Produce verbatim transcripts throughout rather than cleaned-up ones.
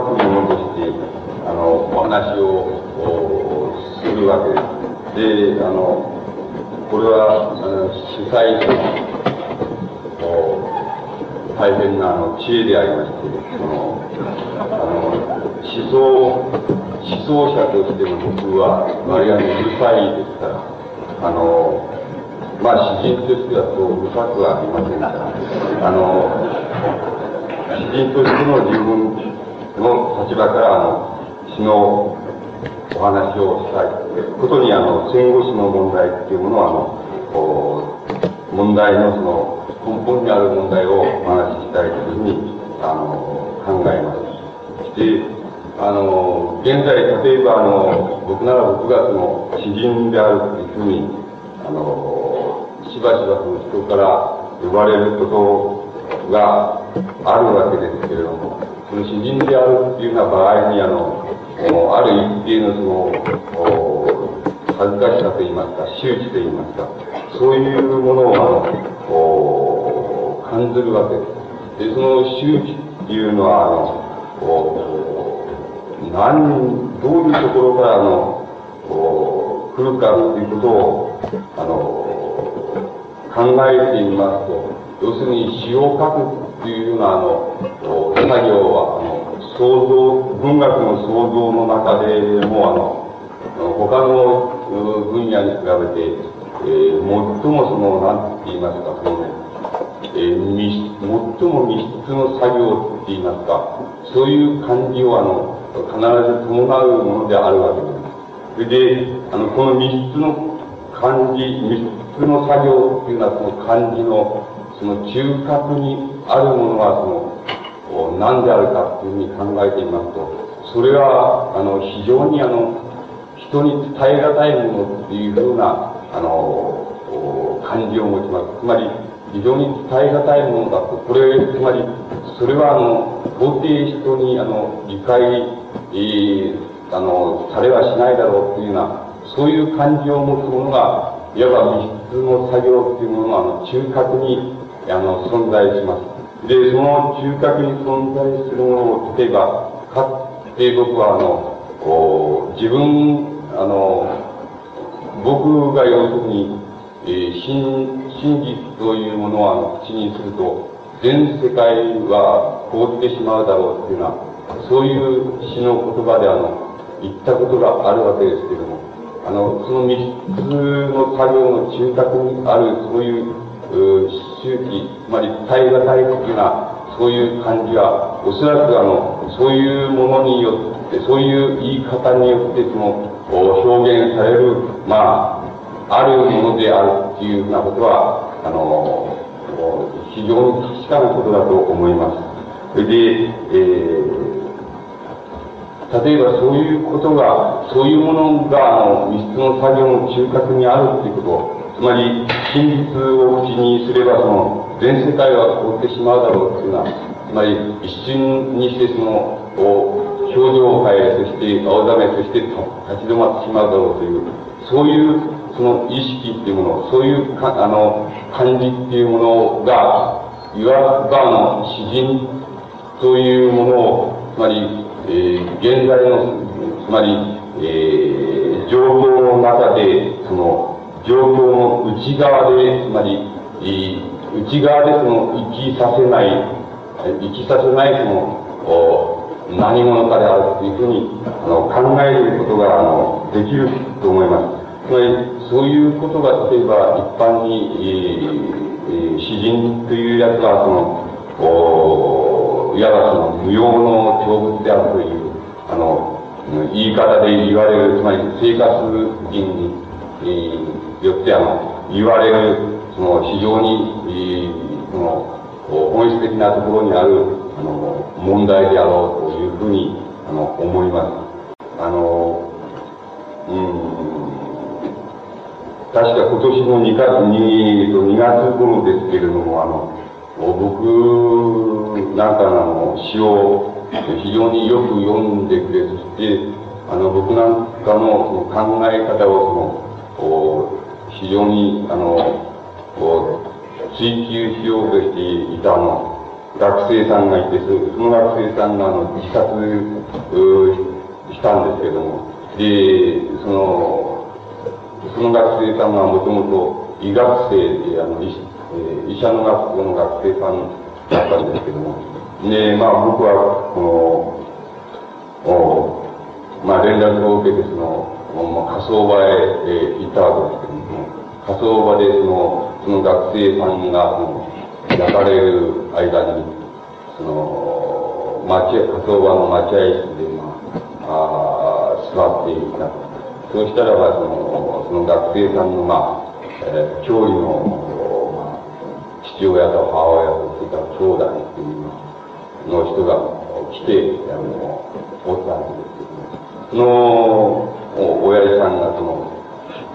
くものとして、あの、お話をするわけです。で、あの、これは、あの主催者の大変なあの知恵でありまして、その、あの、思想、思想者としての僕は、割合にうるさいですから、あの、まあ、詩人としてはそううるさくはありませんから、あの、詩人としての自分の立場から、あの、詩のお話をしたいことに、あの、戦後詩の問題っていうものは、あの、問題のその、根本にある問題をお話ししたいというふうに、あの、考えます。で、あの、現在、例えば、あの、僕なら僕がその、詩人であるというふうに、あの、しばしばその人から呼ばれることがあるわけですけれども、その詩人であるっていうような場合に、あの、ある一定のその、恥ずかしさといいますか、羞恥といいますか、そういうものを、あの、感じるわけです。で、その羞恥っていうのは、あの、何、どういうところから、あの、来るかということを、あの、考えてみますと、要するに詩を書くというような、あの、作業は、あの、想像、文学の想像の中でも、あの、他の分野に比べて、えー、最もその、なんて言いますか、そのね、えー、最も密室の作業って言いますか、そういう感じを、あの、必ず伴うものであるわけです。それで、あの、この密室の感じ、密室の作業っていうのは、その感じの、その中核にあるものは、その、何であるかっていうふうに考えてみますと、それは、あの、非常にあの、人に伝え難いものっていうふうな、あの、感じを持ちます。つまり、非常に伝え難いものだと。これ、つまり、それはあの、到底人に、あの、理解、えー、あの、されはしないだろうっていうような、そういう感じを持つものが、いわば密室の作業っていうものは、あの、中核に、あの、存在します。で、その中核に存在するものを、例えば、かつて僕は、あの、こう、自分、あの、僕が要するに、えー、真、真実というものをあの口にすると、全世界は凍ってしまうだろうっていうような、そういう詩の言葉であの、言ったことがあるわけですけれども、あの、その密室の作業の中核にある、そういう、周期、つまり耐え難いというような、そういう感じは、おそらくあの、そういうものによって、そういう言い方によって、その、表現される、まあ、あるものであるっていうふうなことは、あの、非常に確かなことだと思います。それで、えー、例えばそういうことが、そういうものが、あの、密室の作業の中核にあるっていうこと、つまり、真実を口にすれば、その、全世界は凍ってしまうだろうっていうのは、つまり、一瞬にしてその、表情を変え、そして青ざめ、そして立ち止まってしまうだろうという、そういう、その意識っていうもの、そういうか、あの、感じっていうものが、いわば、あの、詩人というものを、つまり、えー、現在の、つまり、えー、状況の中で、その、状況の内側で、つまり、えー、内側でその、生きさせない、生きさせない、その、何者かであるというふうに、あの、考えることが、あの、できると思います。つまり、そういうことが、例えば、一般に、えーえー、詩人というやつは、その、おいわばその、無用の長物であるという、あの、言い方で言われる、つまり、生活人に、えー、よって、あの、言われる、その、非常に、えー、その、本質的なところにある、あの、問題であろうというふうに、あの、思います。あの、うん、確か今年のにがつ、にがつ頃ですけれども、あの、僕なんかの詩を非常によく読んでくれ、そして、あの、僕なんかのその考え方を、その、非常に、あの、追求しようとしていたの、 学生さんがいて、その学生さんがあの自殺したんですけども、で、その、その学生さんがもともと医学生で、あの、医医者の学校の学生さんだったんですけども、で、まあ僕は、この、おまあ連絡を受けて、その、まあ、火葬場へ、えー、行ったわけですけども、火葬場でその、その学生さんが、その、焼かれる間に、その、待合、火葬場の待合室で、まあ、あ座っていたと。そうしたらば、その、その学生さんの、まあ、えー、教理の、まあ、父親と母親と、それから兄弟っていうの人が来て、あの、おったんですけども、その、お親父さんが、その、うん、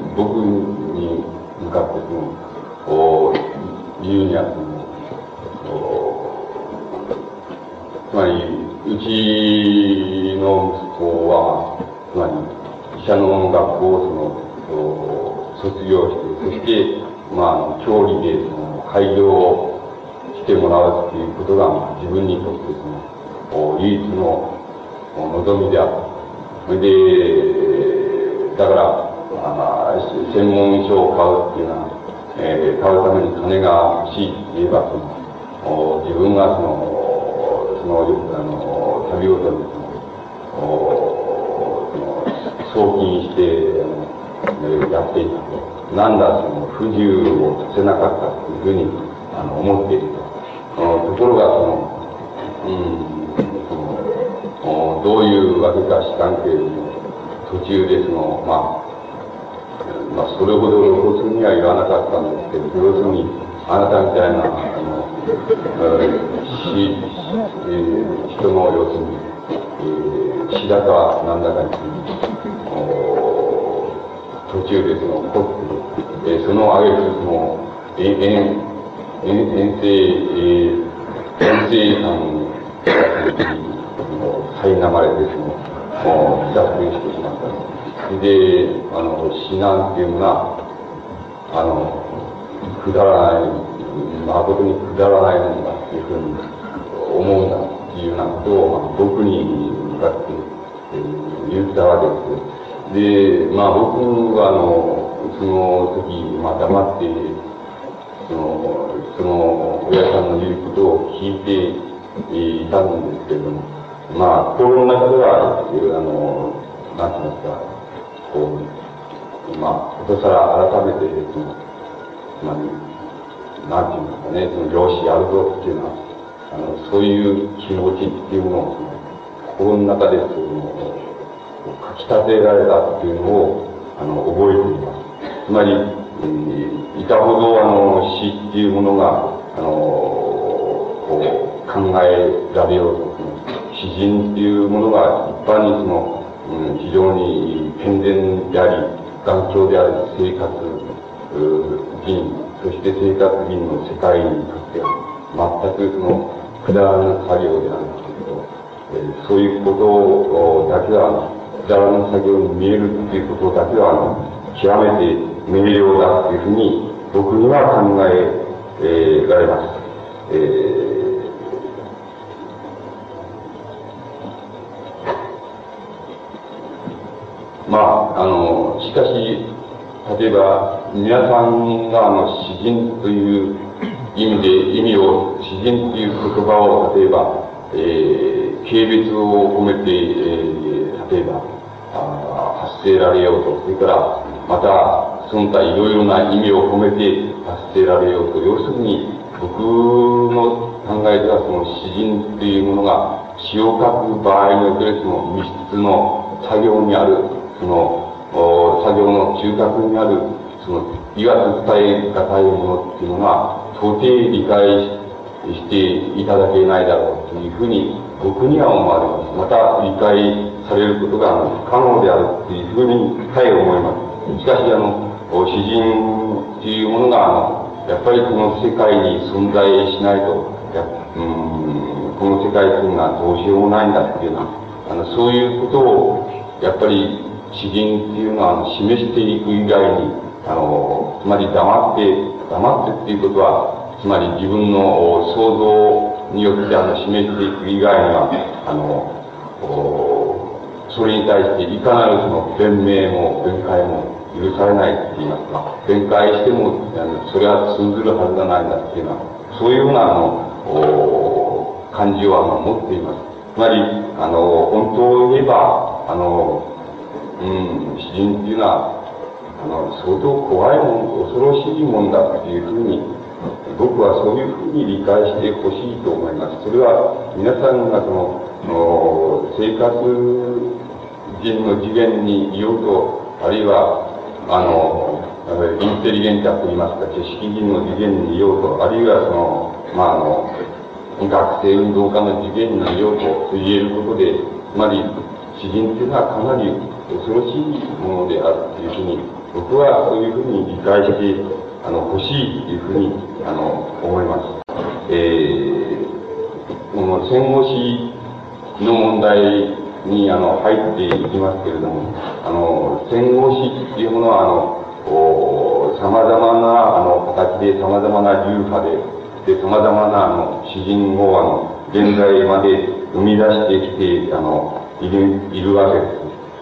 僕に向かって、その、お言うには、その、つまり、うちの息子は、つまり、医者の学校をその、卒業して、そして、まあ、教理で、その、開業をしてもらうっていうことが、自分にとって、その、唯一の望みであった。それで、だから、あ専門書を買うっていうのは、えー、買うために金が欲しいって言えば、その、自分がその、その、あの、旅ごとにその、その、送金して、あの、やっていたと。なんだ、その、不自由をさせなかったというふうに、あの、思っていると。ところが、その、うん、その、どういうわけか知らんけれども、途中でその、まあ、まあ、それほど露骨には言わなかったんですけど、要するに、あなたみたいな、あの、し、えー、人の要するに、えー、死だかなんだかに、途中でその、凝って、えー、その挙句その、遠、遠、遠征、えー、遠征さんに、苛まれてその、自殺してしまった。で、あの、死なんっていうのが、あの、くだらない、誠にくだらないものだっていうふうに思うんだっていうようなことを、まあ、僕に向かって、えー、言ったわけです。で、まあ僕はあの、その時、まあ黙って、その、その親さんの言うことを聞いていたんですけれども、まあ、心の中では、あの、なんて言いますか、こう、まあ、ことさら改めて、その、つまり、なんて言いますかね、その、よし、やるぞっていうのは、あの、そういう気持ちっていうものを、その、心の中で、その、かき立てられたっていうのを、あの、覚えています。つまり、えー、いかほど、あの、死っていうものが、あの、こう、考えられようと、詩人っていうものが一般にその、うん、非常に健全であり、頑強である生活人、そして生活人の世界にとっては、全くその、くだらぬ作業であるんですけど、えー、そういうことだけは、くだらぬ作業に見えるっていうことだけは、極めて明瞭だっていうふうに、僕には考え、えー、られます。えーまあ、あの、しかし、例えば、皆さんが、あの、詩人という意味で、意味を、詩人という言葉を、例えば、えー、軽蔑を込めて、えー、例えば、あ発せられようと、それから、また、その他いろいろな意味を込めて発せられようと、要するに、僕の考えでは、その詩人というものが、詩を書く場合におけるその密室の作業にある、その、作業の中核にある、その、言わず伝え難いものっていうのが、到底理解していただけないだろうというふうに、僕には思われます。また、理解されることが不可能であるというふうに、さえ思います。しかし、あの、詩人というものが、あの、やっぱりこの世界に存在しないと、やうん、この世界というのはどうしようもないんだっていうような、あの、そういうことを、やっぱり、詩人っていうのは示していく以外に、あの、つまり黙って、黙ってっていうことは、つつまり自分の想像によってあの示していく以外には、あの、それに対していかなるその弁明も弁解も許されないって言いますか、弁解してもそれは通ずるはずがないんだっていうのは、そういうようなあの感じをあの持っています。つまり、あの、本当を言えば、あの、うん、詩人っていうのは、あの、相当怖いもん、恐ろしいもんだっていうふうに、僕はそういうふうに理解してほしいと思います。それは皆さんがその、生活人の次元にいようと、あるいは、あの、インテリゲンタといいますか、知識人の次元にいようと、あるいはその、まあ、あの、学生運動家の次元にいようと言えることで、つまり、詩人っていうのはかなり恐ろしいものであるというふうに、僕はそういうふうに理解して、あの、欲しいというふうに、あの、思います。えー、この戦後史の問題に、あの、入っていきますけれども、あの、戦後史っていうものは、あの、様々な、あの、形で、様々な流派で、で、様々な、あの、詩人を、あの、現在まで生み出してきて、あの、いる、いるわけです。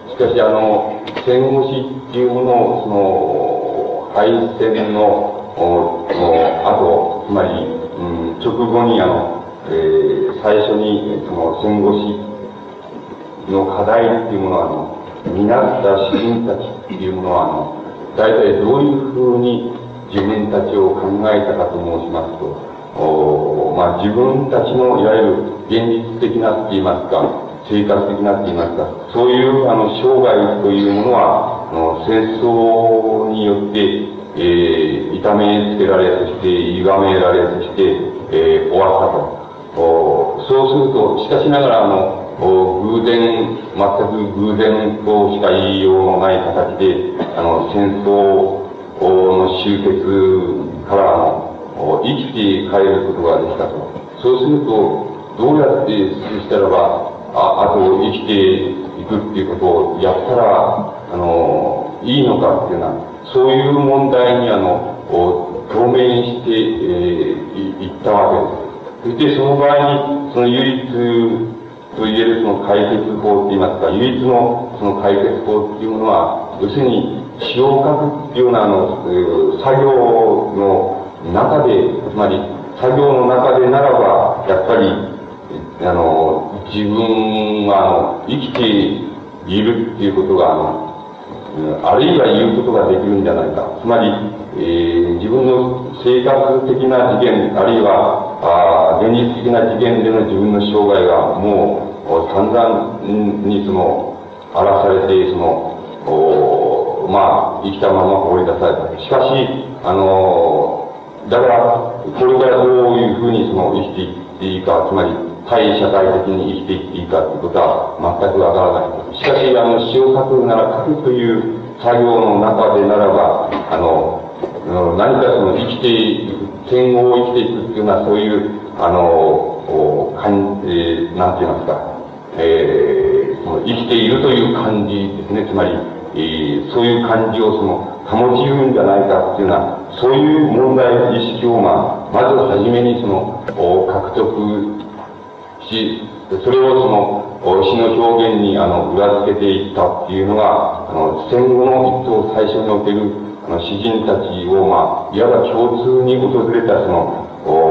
しかし、あの、戦後史っていうものを、その、敗戦の、お、後、つまり、うん、直後に、あの、えー、最初に、その、戦後史の課題っていうものは、あの、担った詩人たちっていうものは、あの、大体どういうふうに自分たちを考えたかと申しますと、おまあ、自分たちのいわゆる現実的なって言いますか、生活的なって言いますか、そういうあの生涯というものは、あの戦争によって、えー、痛めつけられ、そして歪められ、そして、えー、終わったと。おそうすると、しかしながら、あの、偶然、全く偶然としか言いようのない形で、あの、戦争の終結から、あの、生きて帰ることができたと。そうすると、どうやって、そしたらば、あ、あと生きていくっていうことをやったら、あの、いいのかっていうのは、そういう問題に、あの、共鳴して、えー、いったわけです。そしてその場合に、その唯一と言えるその解決法って言いますか、唯一のその解決法っていうものは、要するに詩を書くっていうようなあの、作業の中で、つまり作業の中でならば、やっぱり、あの、自分はあの、生きているっていうことが、あの、あるいは言うことができるんじゃないか。つまり、えー、自分の生活的な次元、あるいは、あ現実的な次元での自分の生涯がもう散々にその荒らされて、その、おまあ、生きたまま放り出された。しかし、あの、だから、これからどういうふうにその生きていっていいか、つまり、対社会的に生きていっていいかということは全くわからない。しかし、あの、詩を書くなら書くという作業の中でならば、あの、何かその生きていく、戦後を生きていくっていうのはそういう、あの、感じ、えー、なんて言いますか、えー、その生きているという感じですね。つまり、えー、そういう感じをその、保ちるんじゃないかっていうような、そういう問題意識を、まあ、まずはじめにその、獲得し、それをその、詩の表現に、あの、裏付けていったっていうのが、あの、戦後の一等最初における、あの、詩人たちを、まあ、いわば共通に訪れたその、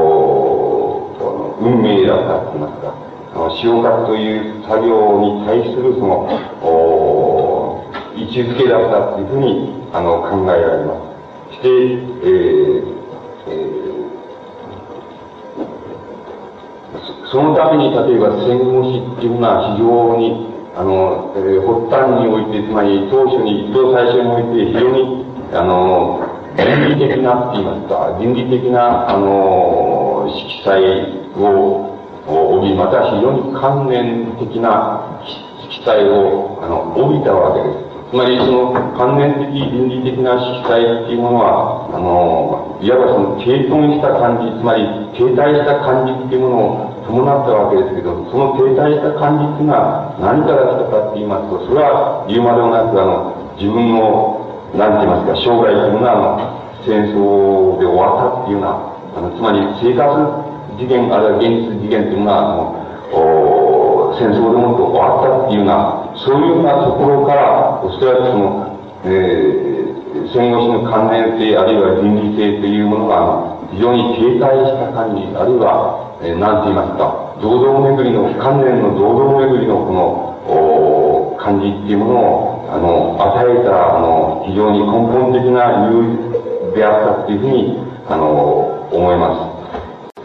運命だったって言いますか、あの、詩を書くという作業に対するその、位置づけだったっていうふうに、あの、考えられます。して、えーえーそのために、例えば戦後史っていうのは非常に、あの、えー、発端において、つまり当初に、一等最初において非常に、あの、倫理的なって言いますか、倫理的な、あの、色彩を帯び、また非常に関連的な色彩を、あの、帯びたわけです。つまりその関連的、倫理的な色彩っていうものは、あの、いわばその停頓した感じ、つまり停滞した感じっていうものを伴ったわけですけど、その停滞した感じっていうのは何から来たかって言いますと、それは言うまでもなく、あの、自分の、なんて言いますか、生涯っていうのは、あの、戦争で終わったっていうようなあの、つまり生活次元、あるいは現実次元というのが、あの、戦争でもって終わったっていうような、そういうようなところから、おそらくその、えー、戦後史の関連性、あるいは倫理性というものが、非常に停滞した感じ、あるいは、えー、なんて言いますか、堂々巡りの、観念の堂々巡りのこの、感じっていうものを、あの、与えた、あの、非常に根本的な理由であったっていうふうに、あの、思います。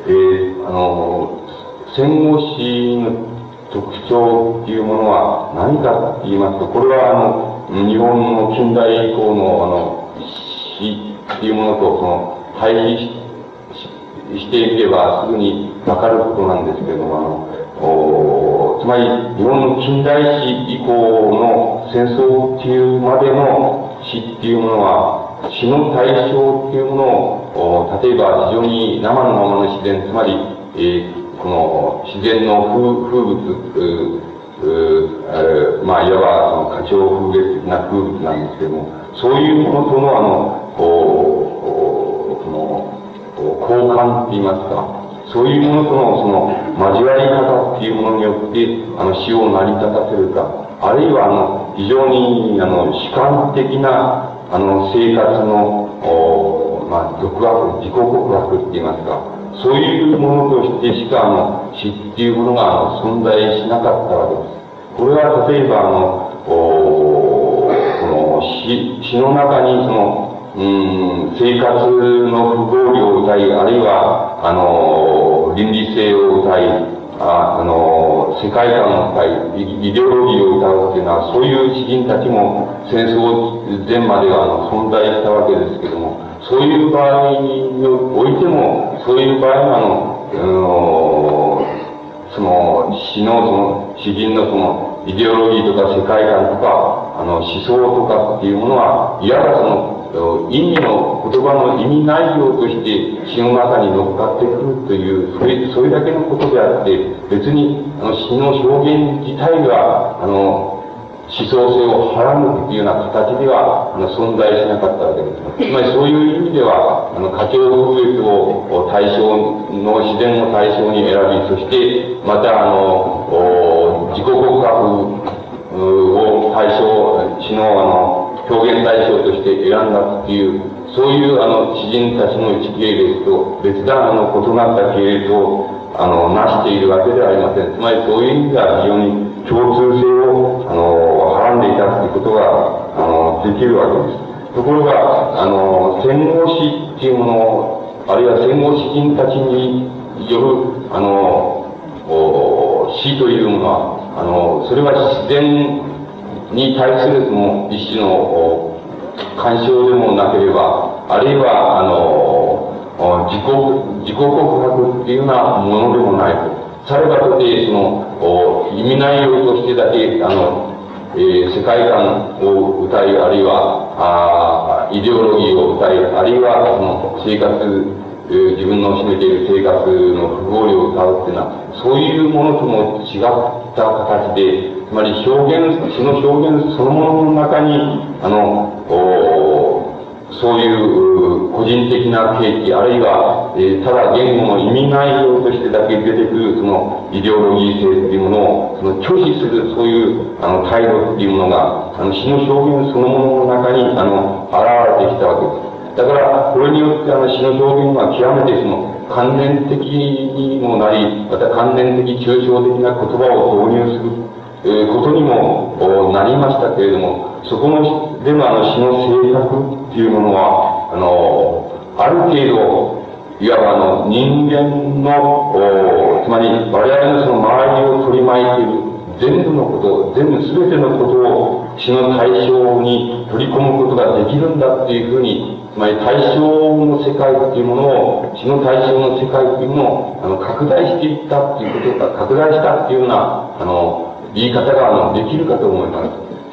えー、あの、戦後史の特徴っていうものは何かって言いますと、これはあの、日本の近代以降のあの、史っていうものとその、対比ししていけばすぐにわかることなんですけれども、あの、おつまり日本の近代史以降の戦争っていうまでの史っていうものは、史の対象っていうものを、例えば非常に生のままの自然、つまり、えーこの自然の風、風物、ううまあ、いわばその花鳥風月的な風物なんですけれども、そういうものとのあの、この、交換って言いますか、そういうものとのその交わり方っていうものによって、あの詩を成り立たせるか、あるいはあの、非常にあの、主観的なあの、生活の、まあ、独学、自己告白って言いますか、そういうものとしてしか、あの、死っていうものが、あの、存在しなかったわけです。これは、例えば、あの、この死、死の中に、その、うん、生活の不合理を歌い、あるいは、あの、倫理性を歌い、ああの、世界観を歌い、イデオロギーを歌うっていうのは、そういう詩人たちも戦争前までは、あの、存在したわけですけども、そういう場合においても、そういう場合は、あの、あのその、詩の、その、詩人のその、イデオロギーとか世界観とか、あの、思想とかっていうものは、いわばその、意味の、言葉の意味内容として詩の中に乗っかってくるという、それ、それだけのことであって、別に、あの、詩の表現自体が、あの、思想性をはらむというような形では、あの、存在しなかったわけです。つまりそういう意味では、あの、花鳥風月を対象の自然を対象に選び、そして、また、あの、自己告白を対象、詩の、あの、表現対象として選んだっていう、そういうあの詩人たちの一系列と別段あの異なった系列をあの成しているわけではありません。つまりそういう意味では非常に共通性をあのはらんでいたということがあのできるわけです。ところがあの戦後史っていうもの、あるいは戦後詩人たちによるあの詩というものはあのそれは自然に対するその一種の干渉でもなければ、あるいは、あの、自己、自己告白っていうようなものでもないと。さればとて、その、意味内容としてだけ、あの、えー、世界観を歌い、あるいは、あイデオロギーを歌い、あるいは、その、生活、えー、自分の占めている生活の不合理を歌うっていうのは、そういうものとも違った形で、つまり表現、詩の表現そのものの中に、あの、そういう個人的な契機、あるいは、えー、ただ言語の意味内容としてだけ出てくる、そのイデオロギー性っていうものを、その拒否する、そういう、あの、態度っていうものが、あの、詩の表現そのものの中に、あの、現れてきたわけです。だから、これによって、あの、詩の表現は極めてその、関連的にもなり、また関連的抽象的な言葉を導入する、えー、ことにもなりましたけれども、そこの、でもあの詩の性格っていうものは、あの、ある程度、いわばあの人間の、つまり我々のその周りを取り巻いている全部のこと、全部全てのことを詩の対象に取り込むことができるんだっていうふうに、つまり対象の世界っていうものを、詩の対象の世界っていうものを、あの、拡大していったっていうことが、拡大したっていうような、あの、言い方が、あの、できるかと思います。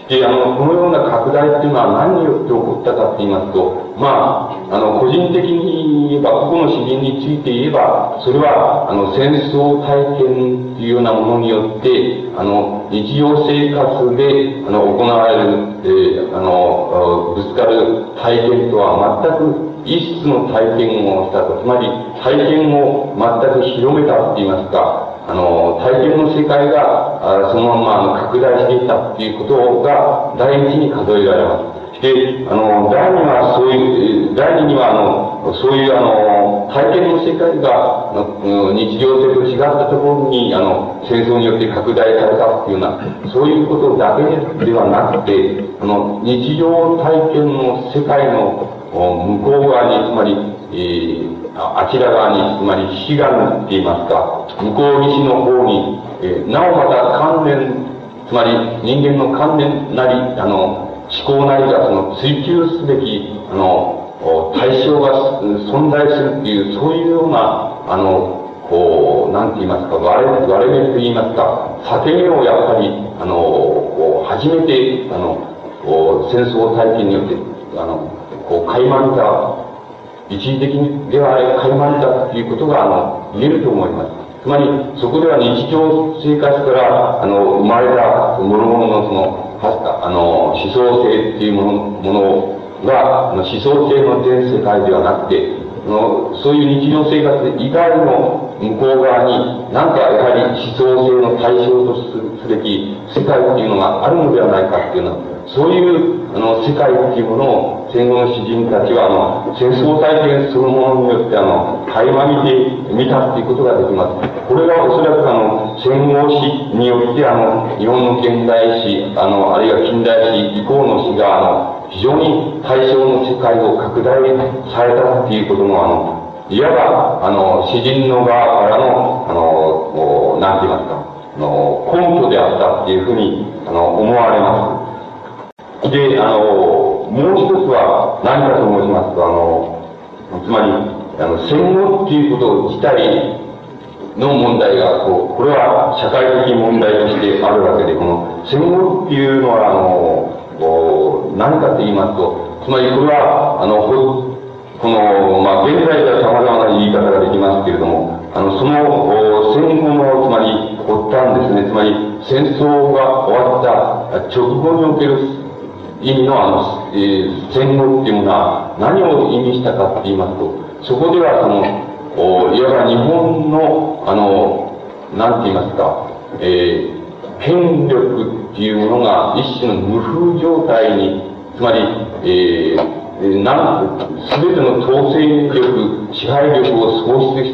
で、あの、このような拡大っていうのは何によって起こったかって言いますと、まあ、あの、個人的に言えば、個々の詩人について言えば、それは、あの、戦争体験っていうようなものによって、あの、日常生活で、あの、行われる、えー、あの、ぶつかる体験とは全く異質の体験をしたと。つまり、体験を全く広めたって言いますか、あの、体験の世界が、あそのままあの拡大していったっていうことが第一に数えられます。で、あの、第二はそういう、第二にはあの、そういうあの、体験の世界が、あの日常性と違ったところに、あの、戦争によって拡大されたっていうような、そういうことだけではなくて、あの、日常体験の世界の向こう側に、つまり、えーあちら側に、つまり、悲願って言いますか、向こう岸の方に、えー、なおまた関連、つまり人間の関連なり、あの、思考なりがその追求すべき、あの、対象が存在するっていう、そういうような、あの、こう、なんて言いますか、割れ、割れ目と言いますか、裂け目をやっぱり、あの、こう、初めて、あの、こう、戦争体験によって、あの、こう、垣間見た、一時的にでは垣間見たっていうことが、あの、言えると思います。つまり、そこでは日常生活から、あの、生まれた諸々のその、はあの、思想性っていうもの、ものが、思想性の全世界ではなくて、あの、そういう日常生活以外の向こう側に、なんかやはり思想性の対象とすべき世界っていうのがあるのではないかっていうのは、そういう、あの、世界っていうものを戦後の詩人たちは、あの、戦争体験そのものによって、あの、垣間見てみたっていうことができます。これがおそらくあの、戦後史によって、あの、日本の現代史、あの、あるいは近代史以降の史が、あの、非常に対象の世界を拡大されたっていうことの、あの、いわば、あの、詩人の側からの、あの、なんて言いますか、あの、根拠であったっていうふうに、あの、思われます。で、あの、もう一つは何かと申しますと、あの、つまり、あの、戦後っていうこと自体の問題が、こう、これは社会的問題としてあるわけで、この戦後っていうのは、あの、こう何かと言いますと、つまりこれは、あの、この、まあ、現在では様々な言い方ができますけれども、あの、その、戦後の、つまり、発端ですね、つまり、戦争が終わった直後における意味のあの、えー、戦後っていうものは何を意味したかって言いますと、そこではその、いわば日本の、あの、なんて言いますか、えー、権力っていうものが一種の無風状態に、つまり、えー、なん、すべての統制力、支配力を喪失した、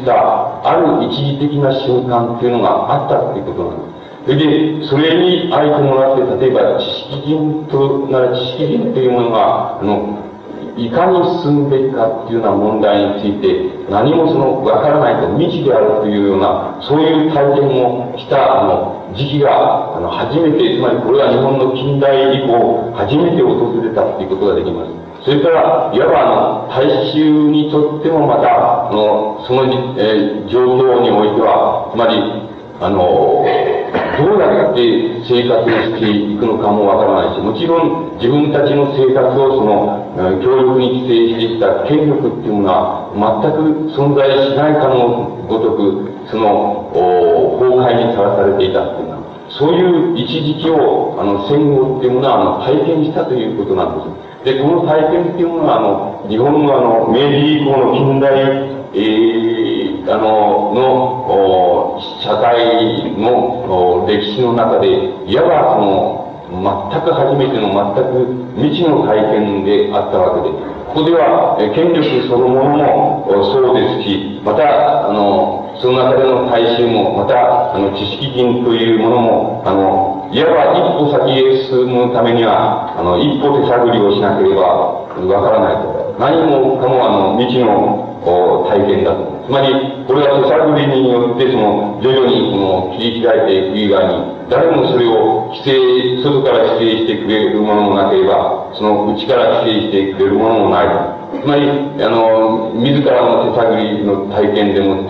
ある一時的な瞬間っていうのがあったっていうことなんです。それで、それに相伴って、例えば知識人となら知識人というものが、あの、いかに進むべきかっていうような問題について、何もその、わからないと未知であるというような、そういう体験をした、あの、時期が、あの、初めて、つまりこれは日本の近代以降、初めて訪れたっていうことができます。それから、いわばあの、大衆にとってもまた、あの、その、えー、状況においては、つまり、あの、どうやって生活をしていくのかもわからないし、もちろん自分たちの生活をその、教育に規制してきた権力っていうものは全く存在しないかのごとく、その、崩壊にさらされていたっていうのは、そういう一時期を、あの、戦後っていうものは、あの、体験したということなんです。で、この体験っていうものは、あの、日本のあの、明治以降の近代、えー、あの、の、社会の歴史の中で、いわばその、全く初めての全く未知の体験であったわけで、ここでは、権力そのものもそうですし、また、あの、その中での大衆も、また、あの、知識人というものも、あの、いわば一歩先へ進むためには、あの、一歩手探りをしなければわからないと。何もかも、あの、未知の体験だと。つまり、これは手探りによって、その、徐々に、この、切り開いていく以外に、誰もそれを規制、外から規制してくれるものもなければ、その、内から規制してくれるものもない。つまり、あの、自らの手探りの体験でもって、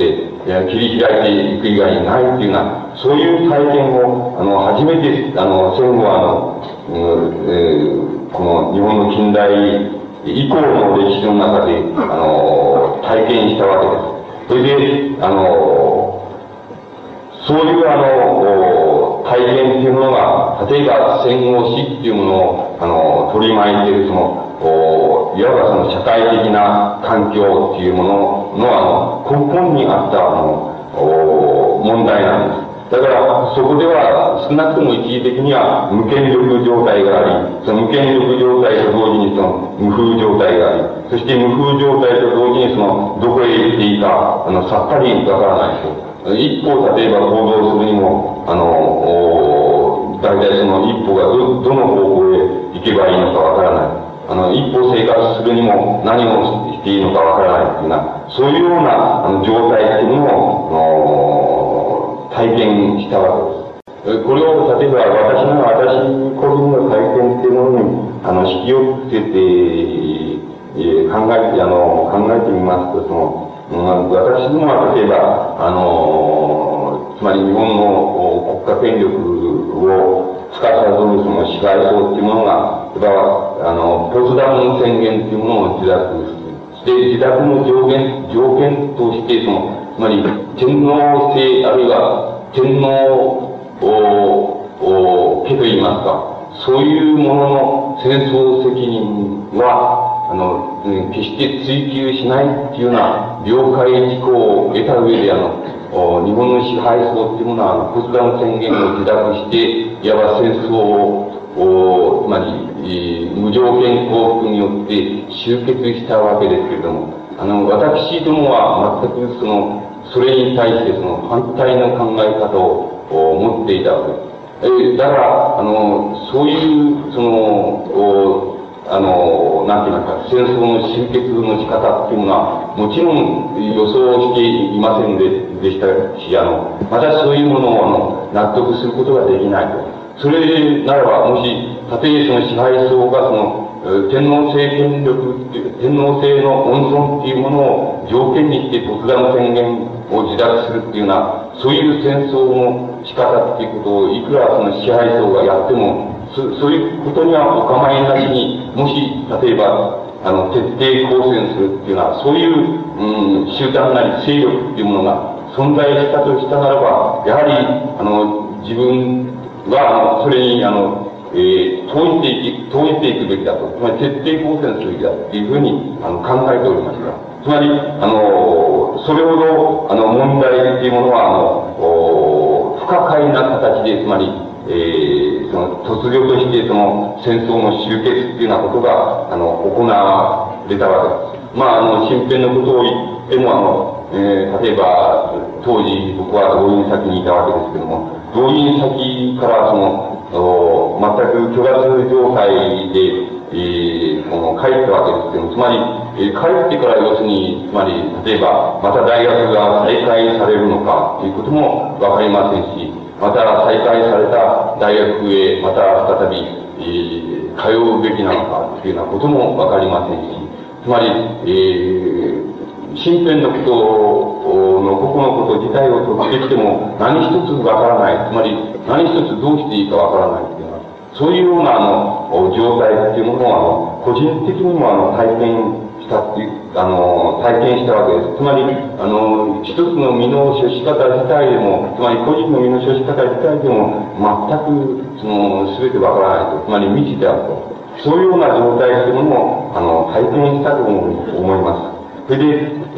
切り開いていく以外にないっていうような、そういう体験を、あの、初めて、あの、戦後あの、うんえー、この日本の近代以降の歴史の中で、あの、体験したわけです。それで、あの、そういうあの、体験っていうものが、例えば戦後史っていうものを、あの、取り巻いている、その、いわばその社会的な環境っていうものの、あの、根本にあった、あの、問題なんです。だから、そこでは、少なくとも一時的には無権力状態があり、その無権力状態と同時にその無風状態があり、そして無風状態と同時にその、どこへ行っていいか、あの、さっぱりわからないと。一歩、例えば行動するにも、あの、大体その一歩がど、どの方向へ行けばいいのかわからない。あの、一歩生活するにも何をしていいのかわからないっていうような、そういうような、あの、状態っていうのを、体験したわけです。これを、例えば私の、私個人の体験っていうものに、あの、引き寄せて、えー、考えて、あの、考えてみますと、その、うん、私どもは例えば、あの、つまり日本の国家権力を司るその支配層っていうものが、例えば、あの、ポツダム宣言っていうものを自覚して、自宅の条件、条件として、その、つまり、天皇制、あるいは、天皇、お、家といいますか、そういうものの戦争責任は、あの、決して追求しないっていうような了解事項を得た上で、あの、日本の支配層っていうものは、ポツダム宣言を自宅して、いわば戦争を、つまり、無条件降伏によって終結したわけですけれども、あの、私どもは全くその、それに対してその反対の考え方を持っていたわけです。えだから、あの、そういう、その、あの、なんて言いますか、戦争の終結の仕方っていうものは、もちろん予想していませんででしたし、あの、またそういうものを、あの、納得することができないと。それならば、もし、たとえその支配層がその、天皇制権力、天皇制の温存っていうものを条件にしてポツダム宣言を自奪するっていうような、そういう戦争の仕方っていうことを、いくらその支配層がやっても、そそういうことにはお構いなしに、もし、例えば、あの、徹底抗戦するっていうのは、そういう、うん、集団なり勢力っていうものが存在したとしたならば、やはり、あの、自分は、あの、それに、あの、えー、統一ていき、統一ていくべきだと。つまり、徹底抗戦するべきだっていうふうに、あの、考えておりました。つまり、あの、それほど、あの、問題っていうものは、あの、不可解な形で、つまり、えー、その、突如として、その、戦争の終結っていうようなことが、あの、行われたわけです。まあ、あの、身辺のことを言っても、あの、えー、例えば、当時、僕は動員先にいたわけですけども、動員先から、その、全く巨脱状態で、えー、この帰ったわけですけども、つまり、えー、帰ってから要するに、つまり、例えば、また大学が再開されるのかということもわかりませんし、また再開された大学へまた再び、えー、通うべきなのかというようなこともわかりませんし、つまり、えー、身辺のことの個々のこと自体を解ってきても何一つわからない。つまり何一つどうしていいかわからないっていうのは、そういうようなあの状態っていうものをあの個人的にもあの体験したっていう、あの体験したわけです。つまり、あの一つの身の処し方自体でも、つまり個人の身の処し方自体でも全くその全てわからないと。つまり未知であると。そういうような状態っていうものをあの体験したと思います。それで、え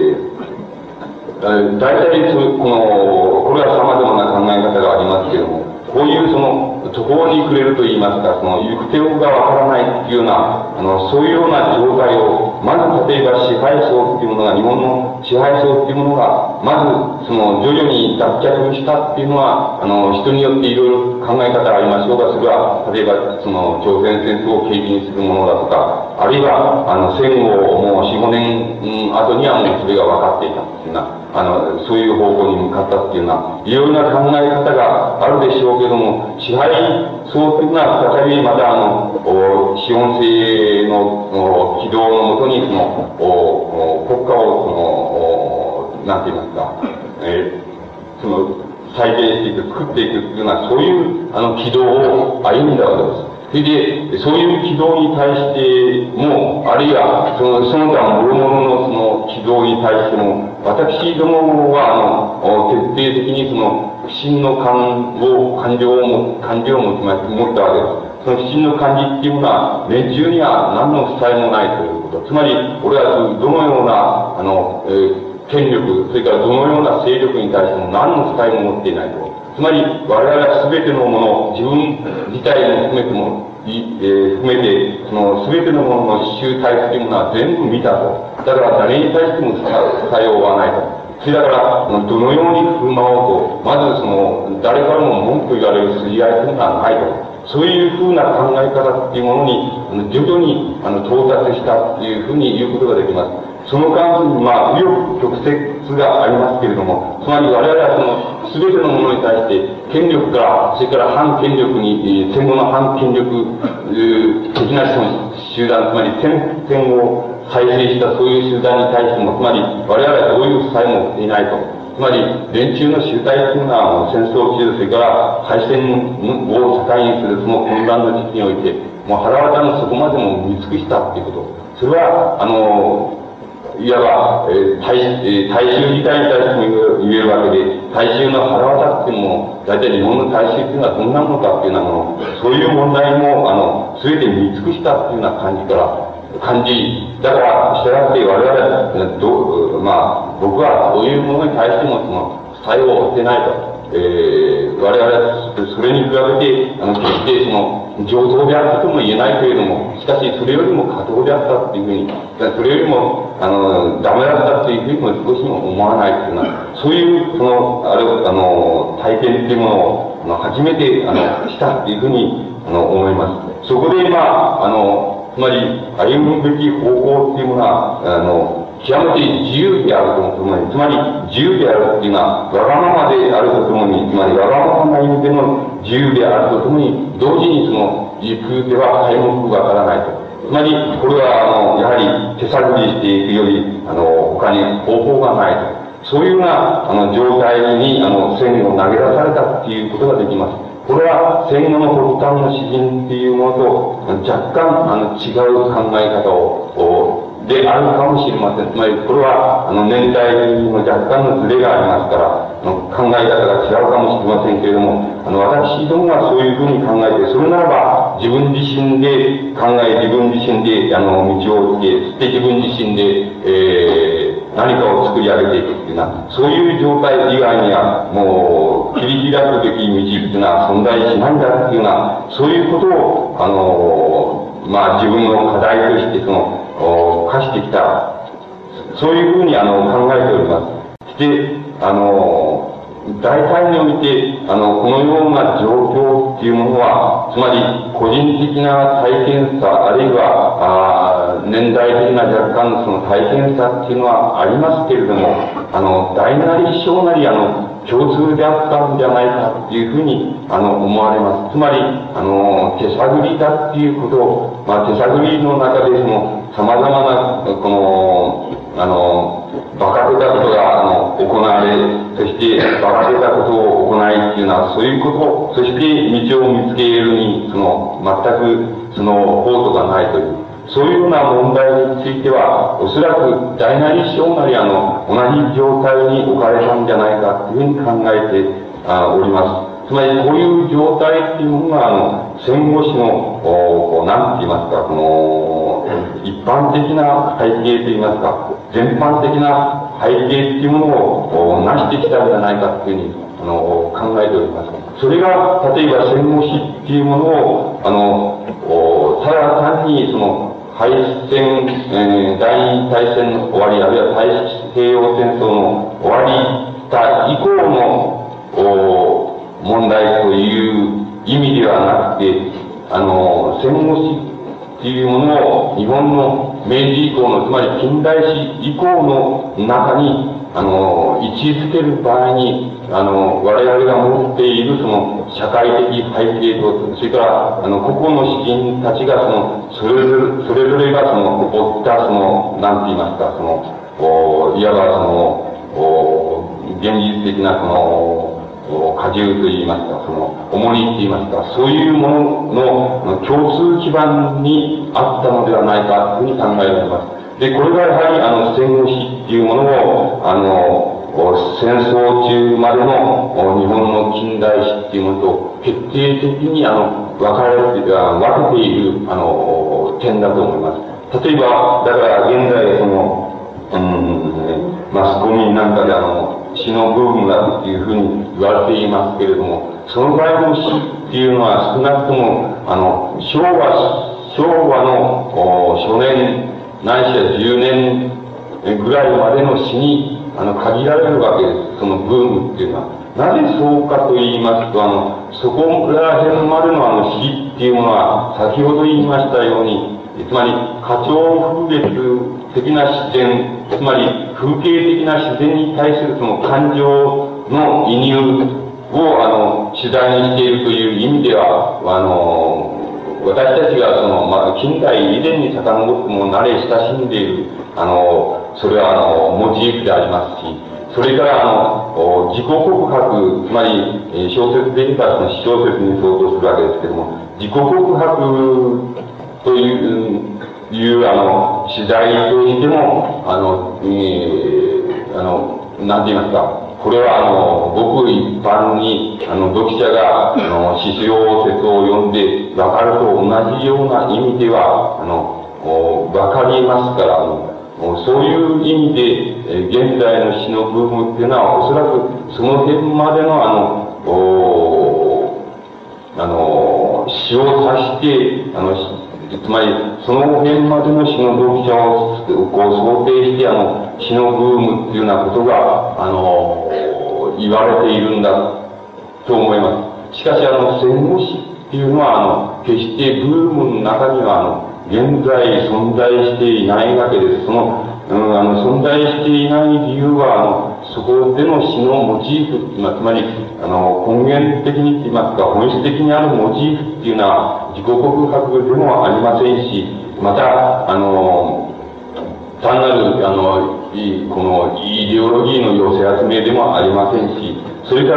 ー、大体そこの、これは様々な考え方がありますけれども、こういうその、途方に暮れると言いますか、その、行く手がわからないっていうような、あの、そういうような状態を、まず例えば支配層っていうものが、日本の支配層っていうものが、まず、その、徐々に脱却したっていうのは、あの、人によっていろいろ考え方がありましょうが、それは、例えば、その、朝鮮戦争を契機にするものだとか、あるいは、あの、戦後もうよん、ごねん、うん、後にはもうそれが分かっていたっていうような、あの、そういう方向に向かったっていうような、いろいろな考え方があるでしょうけども、支配層というのは再びまたあの、資本制の起動のもとにその、国家をその、 なんて言いますか、えー、その、再現していく、作っていくっていうのは、そういう、あの、軌道を歩んだわけです。それで、そういう軌道に対しても、あるいは、その、その他諸々のその軌道に対しても、私どもは、あの、徹底的にその、不信の感を、感情をも、感情を持ちま、持ったわけです。その不信の感じっていうものは、連中には何の負債もないということ。つまり、俺はどのような、あの、えー権力、それからどのような勢力に対しても何の負債も持っていないと。つまり、我々は全てのもの、自分自体も含めても、いえー、含めて、その全てのものの集大というものは全部見たと。だから誰に対しても作用はないと。それだから、どのように振る舞おうと、まずその、誰からも文句言われる筋合いというのはないと。そういうふうな考え方っていうものに、徐々に、あの、到達したっていうふうに言うことができます。その間に、まあ、紆余曲折がありますけれども、つまり我々はその、すべてのものに対して、権力から、それから反権力に、戦後の反権力的なその集団、つまり戦、戦を再生したそういう集団に対しても、つまり我々はどういう負債も負っていないと。つまり、連中の集体というのは、戦争中、それから敗戦を境にするその混乱の時期において、もう腹渡の底までも見尽くしたっていうこと。それは、あの、いわば、えー、大、えー、大衆自体に対しても言えるわけで、大衆の腹渡っていうのも、大体日本の大衆っていうのはどんなものかっていうようなもの、そういう問題も、あの、すべて見尽くしたっていうような感じから、感じ、だから、したがって我々は、どう、まあ、僕はそういうものに対しても、その、作用を負ってないと。えー、我々は、それに比べて、あの、決してその、上等であったとも言えないけれども、しかしそれよりも過当であったっていうふうに、それよりも、あの、ダメだったっていうふうにも少しも思わないっていうのは、そういう、その、あれ、あの、体験っていうものを、あの、初めて、あの、したっていうふうに、あの、思います。そこで、まあ、あの、つまり、歩むべき方向っていうものは、あの、極めて自由であるとともに、つまり自由であるっていうのは、わがままであるとともに、つまりわがままな意味での自由であるとともに、同時にその、行く手は皆目がわからないと。つまり、これは、あの、やはり手探りしていくより、あの、他に方法がないと。そういうような、あの、状態に、あの、戦後投げ出されたっていうことができます。これは戦後の発端の詩人っていうものと若干あの違う考え方をであるかもしれません。つまりこれはあの年代の若干のズレがありますからあの考え方が違うかもしれませんけれども、あの私どもはそういうふうに考えて、それならば自分自身で考え、自分自身であの道をつけ、そして自分自身で、えー何かを作り上げていくっていうのは、そういう状態以外には、もう、切り開くべき道っていうのは存在しないんだっていうような、そういうことを、あの、まあ自分の課題として、その、課してきた、そういうふうに、あの、考えております。そして、あの、大体において、あの、このような状況っていうものは、つまり、個人的な体験差、あるいは、あ年代的な若干その体験差っていうのはありますけれども、あの、大なり小なり、あの、共通であったんじゃないかっていうふうに、あの、思われます。つまり、あの、手探りだっていうことを、まあ、手探りの中で、その、様々な、この、あの、馬鹿げたことが、あの、行われ、そして、馬鹿げたことを行いっていうのは、そういうこと、そして道を見つけるに、その、全く、その、法とがないという。そういうような問題については、おそらく大なり小なりあの、同じ状態に置かれたんじゃないかというふうに考えてあおります。つまりこういう状態っていうものが、あの、戦後史の、おなんて言いますか、この、一般的な背景と言いますか、全般的な背景っていうものを成してきたんじゃないかというふうに、あの、考えております。それが、例えば戦後史っていうものを、あの、ただ単にその、敗戦、えー、第二次大戦の終わり、あるいは太平洋戦争の終わりた以降の問題という意味ではなくて、あの、戦後史っていうものを日本の明治以降の、つまり近代史以降の中に、あの、位置づける場合に、あの、我々が持っているその社会的背景と、それから、あの、個々の詩人たちがその、それぞれ、それぞれがその、追ったその、なんて言いますか、その、おいわばその、お現実的なその、荷重といいますか、その、重荷といいますか、そういうものの共通基盤にあったのではないかというふうに考えられます。で、これがやはり、あの、戦後史っていうものを、あの、戦争中までの日本の近代史っていうものと決定的に、あの、分かれて、分けている、あの、点だと思います。例えば、だから現在、その、うん、マスコミなんかであの、詩のブームだっていうふうに言われていますけれども、その場合の詩っていうのは少なくとも、あの、昭和、昭和の初年、ないしはじゅうねんぐらいまでの詩に、あの、限られるわけです。そのブームっていうのは。なぜそうかと言いますと、あの、そこら辺までのあの詩っていうものは、先ほど言いましたように、つまり、花鳥風月的な自然、つまり、風景的な自然に対するその感情の移入を、あの、主題にしているという意味では、あの、私たちがその、まあ、近代以前に遡っても慣れ親しんでいる、あの、それはあの、モチーフでありますし、それからあの、自己告白、つまり、小説で言えばその詩小説に相当するわけですけども、自己告白という、いうあの、次第としても、あの、えー、あの、なんて言いますか、これはあの、ごく一般に、あの、読者が、あの、詩小説を読んでわかると同じような意味では、あの、わかりますから、あのそういう意味で、え現在の詩の部分っていうのは、おそらくその辺までのあの、あの、詩を指して、あの、つまり、その辺までの詩の読者をこう想定して、あの、詩のブームっていうようなことが、あの、言われているんだと思います。しかし、あの、戦後詩っていうのは、あの、決してブームの中には、あの、現在存在していないわけです。その、うん、あの、存在していない理由は、あの、そこでの詩のモチーフ、まあ、つまり、あの、根源的に言いますか、本質的にあるモチーフっていうのは、自己告白でもありませんし、また、あの、単なる、あの、このイデオロギーの寄せ集めでもありませんし、それから、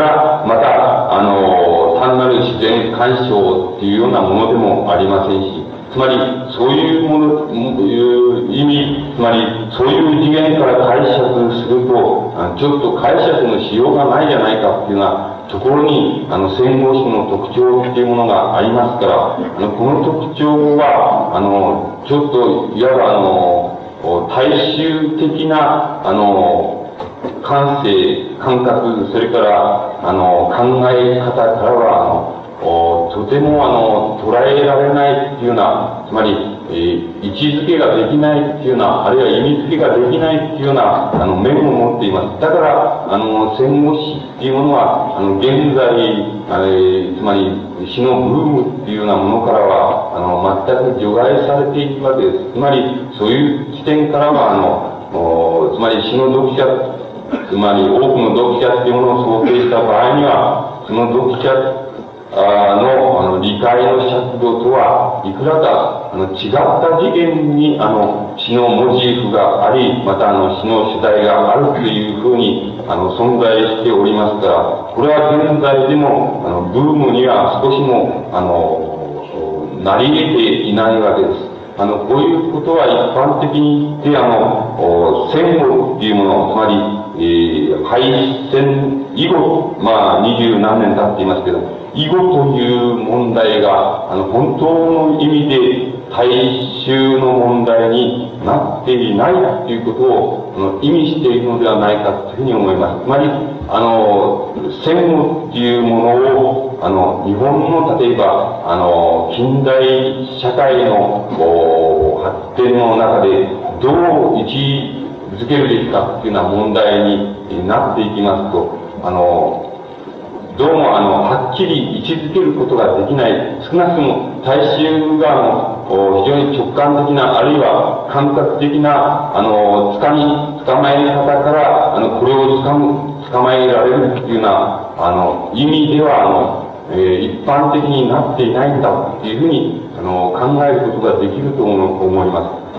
また、あの、単なる自然干渉っていうようなものでもありませんし、つまり、そういうもの、いう意味、つまり、そういう次元から解釈すると、ちょっと解釈のしようがないじゃないかっていうようなところに、あの、戦後史の特徴っていうものがありますから、あの、この特徴は、あの、ちょっと、いわばあの、大衆的な、あの、感性、感覚、それから、あの、考え方からは、あの、とてもあの、捉えられないっていうような、つまり、えー、位置づけができないっていうような、あるいは意味付けができないっていうような、あの、面を持っています。だから、あの、戦後史っていうものは、あの、現在、えー、つまり、詩のブームっていうようなものからは、あの、全く除外されているわけです。つまり、そういう視点からは、あの、つまり詩の読者、つまり多くの読者っていうものを想定した場合には、その読者あの、あの、理解の尺度とは、いくらか、あの、違った次元に、あの、詩のモチーフがあり、また、あの、詩の主題があるというふうに、あの、存在しておりますから、これは現在でも、あの、ブームには少しも、あの、なり得ていないわけです。あの、こういうことは一般的に言って、あの、戦後っていうもの、つまり、えー、敗戦以後、まあ、二十何年経っていますけど、以後という問題が、あの、本当の意味で大衆の問題になっていないということを、あの、意味しているのではないかというふうに思います。つまり、あの、戦後っていうものを、あの、日本の例えば、あの、近代社会の発展の中でどう位置づけるべきかっていうような問題になっていきますと、あの、どうもあの、はっきり位置づけることができない、少なくとも大衆があの、非常に直感的な、あるいは感覚的な、あの、つかみ、捕まえ方から、あの、これをつかむ、捕まえられるっていうような、あの、意味では、あの、えー、一般的になっていないんだっていうふうに、あの、考えることができると思います。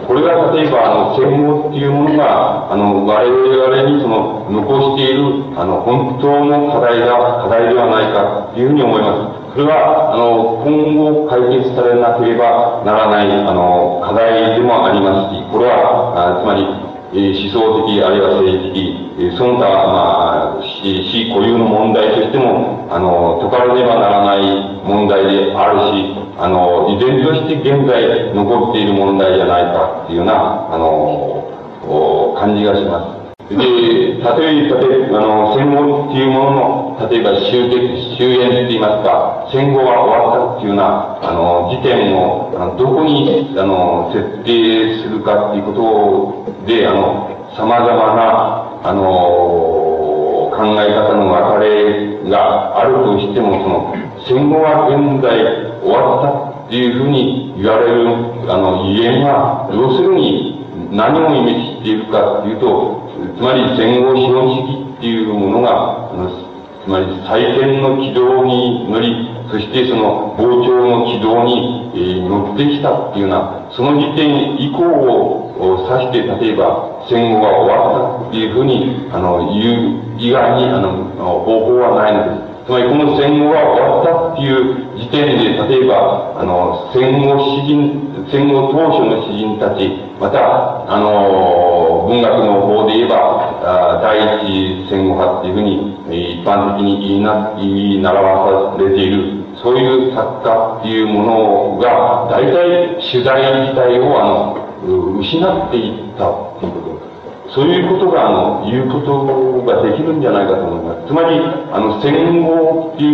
これが例えば、あの、戦後っていうものが、あの、我々にその、残している、あの、本当の課題が、課題ではないか、というふうに思います。それは、あの、今後解決されなければならない、あの、課題でもありますし、これは、あつまり、えー、思想的、あるいは政治的、えー、その他、まあ、死固有の問題としても、あの、解かれねばならない問題であるし、あの、依然として現在残っている問題じゃないかっていうような、あの、感じがします。で、例えば、例えば、あの、戦後っていうものの、例えば終結、終焉って言いますか、戦後が終わったっていうような、あの、時点を、あのどこに、あの、設定するかっていうことで、あの、様々な、あの、考え方の分かれがあるとしても、その、戦後は現在終わったっていうふうに言われる、あの、言言は、要するに何を意味しているかっていうと、つまり戦後資本主義っていうものが、あのつまり再建の軌道に乗り、そしてその膨張の軌道に、えー、乗ってきたっていうような、その時点以降を指して、例えば戦後が終わったっていうふうに、あの、言う以外に、あの、方法はないのです。つまりこの戦後が終わったっていう時点で、例えば、あの、戦後詩人、戦後当初の詩人たち、また、あの、文学の方で言えば、あ第一戦後派っていうふうに、一般的に言いな、言い習わされている、そういう作家っていうものが、大体取材自体を、あの、失っていったっていうこと。そういうことが、あの、言うことができるんじゃないかと思います。つまり、あの、戦後っていう、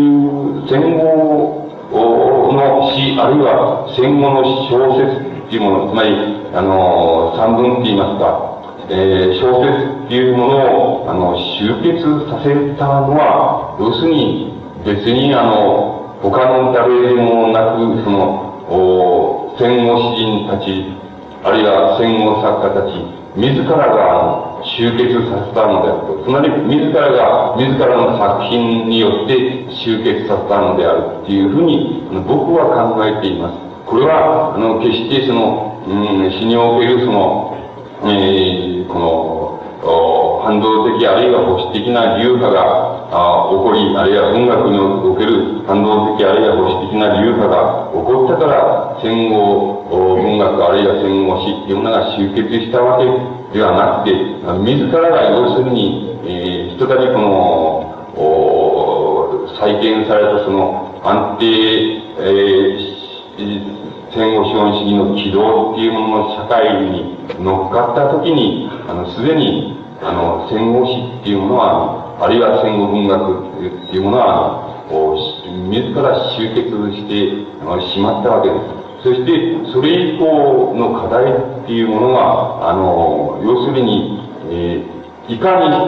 戦後の詩、あるいは戦後の小説っていうもの、つまり、あの、散文って言いますか、えー、小説っていうものを、あの、集結させたのは、要するに、別に、あの、他の誰でもなく、その、戦後詩人たち、あるいは戦後作家たち、自らが集結させたのであると。つまり、自らが、自らの作品によって集結させたのであるっていうふうに、僕は考えています。これは、あの、決してその、うん、詩におけるその、えー、この、反動的あるいは保守的な流派があ起こり、あるいは文学における反動的あるいは保守的な流派が起こったから、戦後文学あるいは戦後詩っていうものが集結したわけではなくて、自らが要するに、えー、ひとたびこの、再建されたその安定、えー戦後資本主義の軌道っていうものの社会に乗っかったときに、あの、すでに、あの、戦後史っていうものは、あるいは戦後文学っていうものは、あの、自ら集結してしまったわけです。そして、それ以降の課題っていうものが、あの、要するに、えー、いかにして、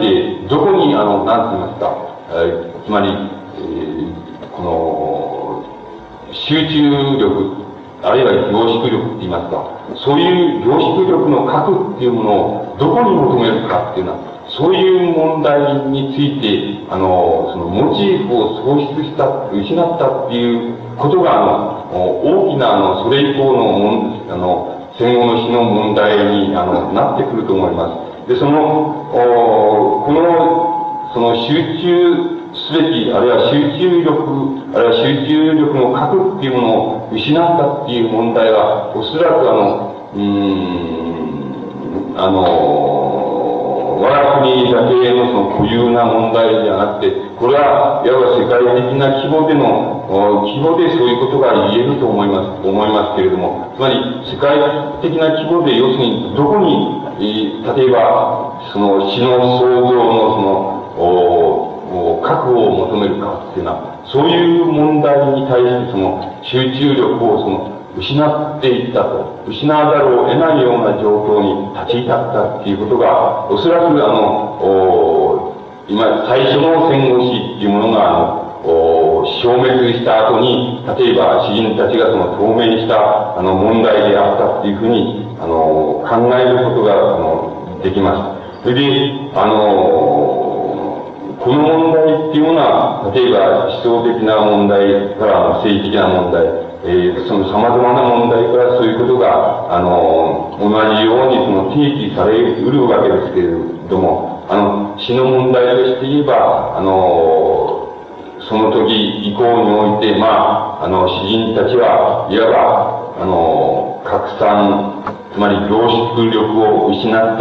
どこに、あの、なんて言いますか、えー、つまり、えー、この、集中力、あるいは凝縮力って言いますか、そういう凝縮力の核っていうものをどこに求めるかっていうのは、そういう問題について、あの、そのモチーフを喪失した、失ったっていうことが、あの、大きな、あの、それ以降のもん、あの、戦後の詩の問題に、あの、なってくると思います。で、その、この、その集中、すべき、あるいは集中力、あるいは集中力の核っていうものを失ったっていう問題は、おそらくあの、うーん、あの、我が国だけのその固有な問題じゃなくて、これは、いわば世界的な規模での、規模でそういうことが言えると思います、思いますけれども、つまり、世界的な規模で、要するに、どこに、例えば、その詩の創造のその、核を求めるかっていうのは、そういう問題に対してその集中力をその失っていったと、失わざるを得ないような状況に立ち至ったっていうことが、おそらくあの、今、最初の戦後史っていうものが、あの、消滅した後に、例えば詩人たちがその当面したあの問題であったっていうふうに、あの、考えることが、あの、できます。それで、あの、この問題っていうのは、例えば思想的な問題から政治的な問題、 えー、その様々な問題からそういうことが、あの、同じようにその提起されうるわけですけれども、あの、死の問題として言えば、あの、その時以降において、まあ、あの、詩人たちは、いわば、あの、拡散、つまり凝縮力を失った、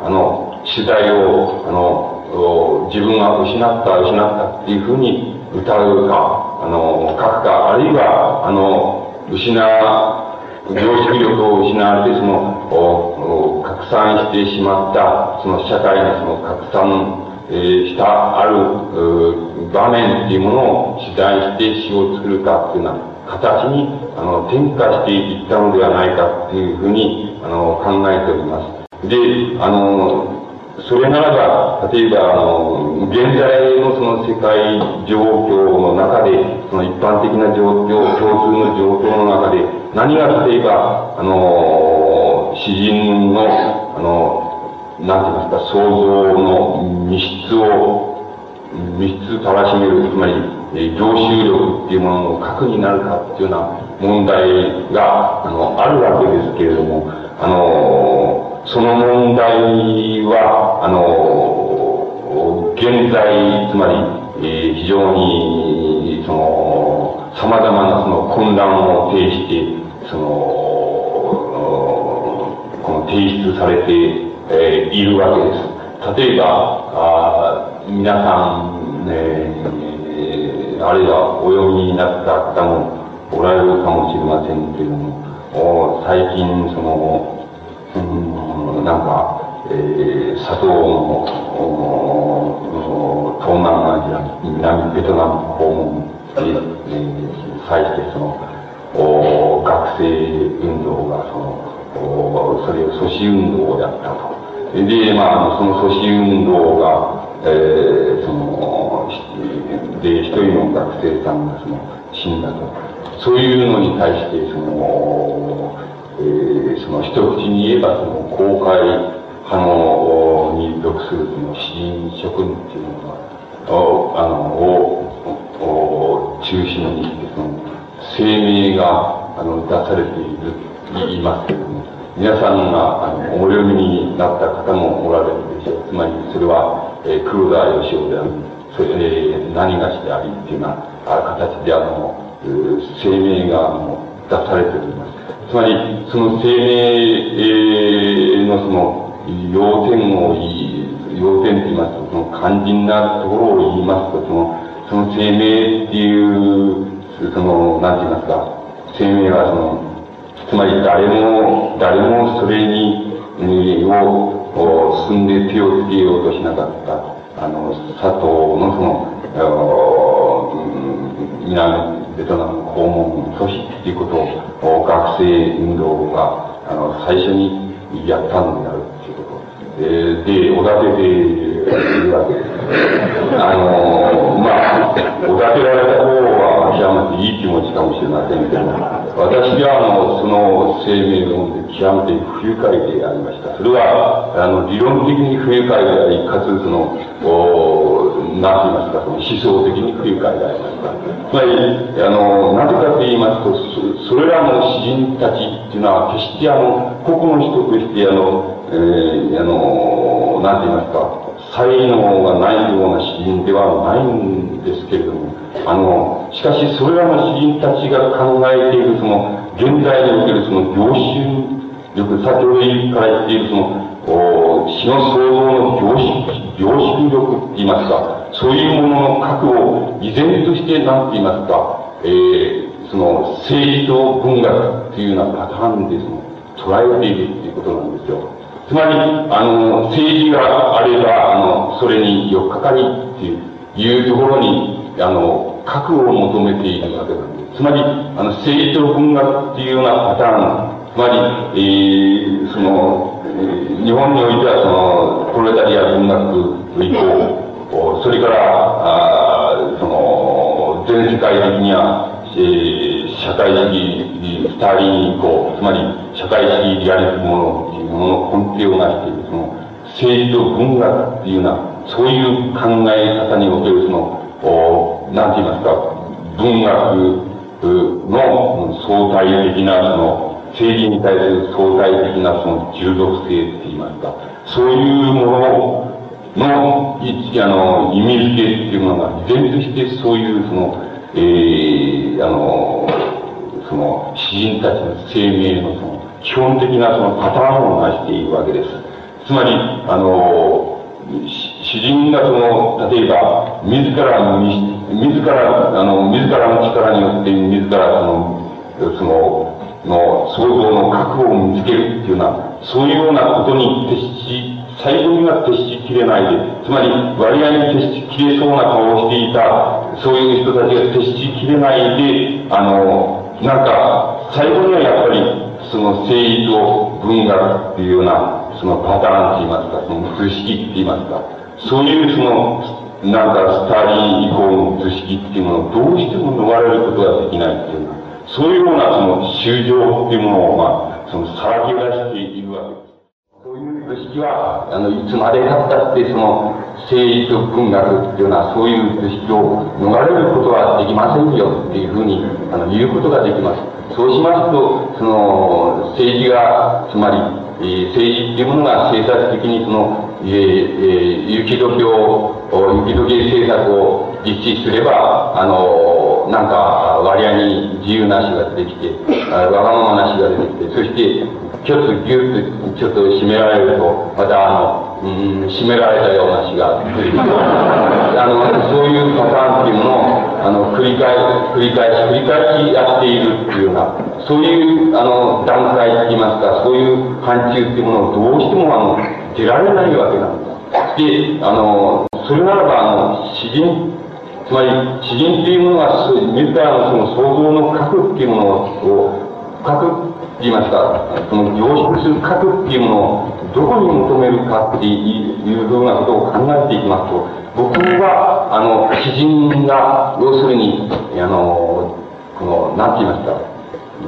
あの、主題を、あの、自分が失った、失ったっていうふうに歌うか、あの、書くか、あるいは、あの、失、凝縮力を失われて、その、拡散してしまった、その社会にその拡散、えー、したある、場面っていうものを主題して詩を作るかっていうような形に、あの、転化していったのではないかっていうふうに、あの、考えております。で、あの、それならば、例えば、あの、現在のその世界状況の中で、その一般的な状況、共通の状況の中で、何が例えば、あの、詩人の、あの、なんて言いますか、想像の密室を、密室たらしめる、つまり、凝集力っていうものの核になるかっていうような問題が、あの、あるわけですけれども、あの、その問題は、あの、現在、つまり、えー、非常に、その、様々なその混乱を呈して、その、この提出されて、えー、いるわけです。例えば、あ皆さん、ね、えー、あるいはお読みになった方もおられるかもしれませんけれども、最近、その、うん、なんか、えー、砂糖の、東南アジア、南ベトナム訪問に、えー、際して、その、学生運動が、その、それを阻止運動をやったと。で、まあ、その阻止運動が、えー、その、で、一人の学生さんがその、死んだと。そういうのに対して、その、えー、その一口に言えば、その、公開派の、に属するその詩人諸君っていうのが、を、あの、を、中心にして、その、声明が、あの、出されている、言いますけれども、皆さんが、あの、お読みになった方もおられるでしょう。つまり、それは、えー、黒田義雄である、それで、何がしでありっていうような形で、あの、声明が、あの、出されております。つまり、その声明のその、要点を言い、要点と言いますと、その肝心なところを言いますと、その、その声明っていう、その、なんて言いますか、声明はその、つまり誰も、誰もそれに、えー、を、進んで手をつけようとしなかった、あの、佐藤のその、南ベトナム訪問阻止っていうことを、学生運動が、あの、最初にやったのであるっていうこと。えー、で、おだてているわけです。あの、まあ、おだてられた方は極めていい気持ちかもしれませんけど、私は、あの、その声明を読んで極めて不愉快でありました。それは、あの、理論的に不愉快であり、かつ、その、おなんて言いますか、その思想的に不愉快でありました。つまり、あの、なぜかと言いますと、そ、それらの詩人たちっていうのは、決してあの、個々の人として、あの、えー、あの、なんて言いますか、才能がないような詩人ではないんですけれども、あの、しかしそれらの詩人たちが考えているその、現代におけるその凝集力、先ほどから言っているその、詩の創造の凝縮、凝縮力って言いますか、そういうものの核を依然として何て言いますか、えー、その政治と文学っていうようなパターンでその捉えているっていうことなんですよ。つまり、あの、政治があれば、あの、それによっかかりっていうところに、あの、核を求めているわけなんです。つまり、あの、政治と文学っていうようなパターン、つまり、えー、その、えー、日本においては、その、プロレタリア文学以降、それから、あその、全世界的には、えー、社会主義、スターリン以降、つまり、社会主義リアリズムのっていうものの根底をなしている、その、政治と文学っていうような、そういう考え方における、その、おなんて言いますか、文学の相対的な、その、政治に対する相対的なその従属性って言いますか、そういうものの、いあの、意味付けっていうものが、依然としてそういうその、えー、あの、その、詩人たちの生命のその、基本的なそのパターンを成しているわけです。つまり、あの、詩人がその、例えば、自らの、自ら、あの、自らの力によって、自らその、その、の創造の核を見つけるっていうような、そういうようなことに徹し、最後には徹しきれないで、つまり割合に徹しきれそうな顔をしていた、そういう人たちが徹しきれないで、あの、なんか、最後にはやっぱり、その政治と文学っていうような、そのパターンって言いますか、その図式って言いますか、そういうその、なんかスターリン以降の図式っていうものをどうしても逃れることができないっていうような、そういうようなその修正っていうものを、まあ、そのさらけ出しているわけです。そういう図式は、あの、いつまで経ったって、その、政治と文学っていうのは、そういう図式を逃れることはできませんよっていうふうに、あの、言うことができます。そうしますと、その、政治が、つまり、えー、政治っていうものが政策的にその、えーえー、雪解けを、雪解け政策を実施すれば、あの、なんか、割合に自由なしが出てきて、わがままなしが出てきて、そして、ちょっとギュッと、ちょっと締められると、またあの、うん、締められたような死が出てきて、あの、そういうパターンっていうものを、あの、繰り返し、繰り返し、繰り返しやっているっていうような、そういう、あの、段階って言いますか、そういう範疇っていうものをどうしても、あの、出られないわけなんです。で、あの、それならば、あの、詩人、つまり、詩人っていうものが、自らのその創造の核っていうものを、核って言いますか、その凝縮する核っていうものを、どこに求めるかっていうふうなことを考えていきますと、僕は、あの、詩人が、要するに、あの、この、なんて言いますか、うん、